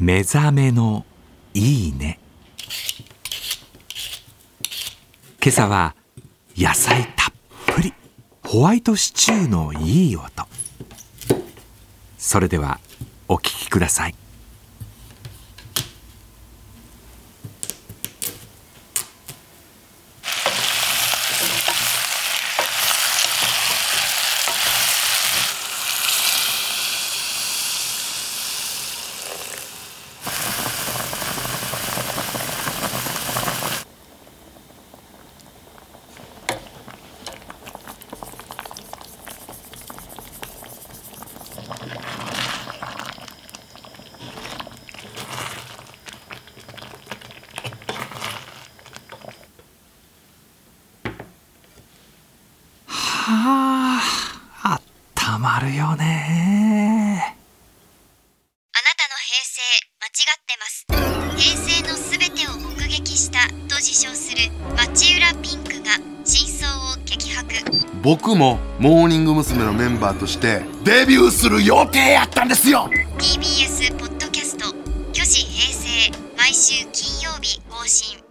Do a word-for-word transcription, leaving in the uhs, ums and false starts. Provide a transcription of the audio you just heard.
目覚めのいいね。今朝は野菜たっぷりホワイトシチューのいい音。それではお聞きください。はあ、あったまるよね。 あなたの平成間違ってます。平成のすべてを目撃したと自称する町浦ピンクが真相を激白。 僕もモーニング娘。のメンバーとしてデビューする予定やったんですよ。 ティービーエス ポッドキャスト「虚子平成」毎週金曜日更新。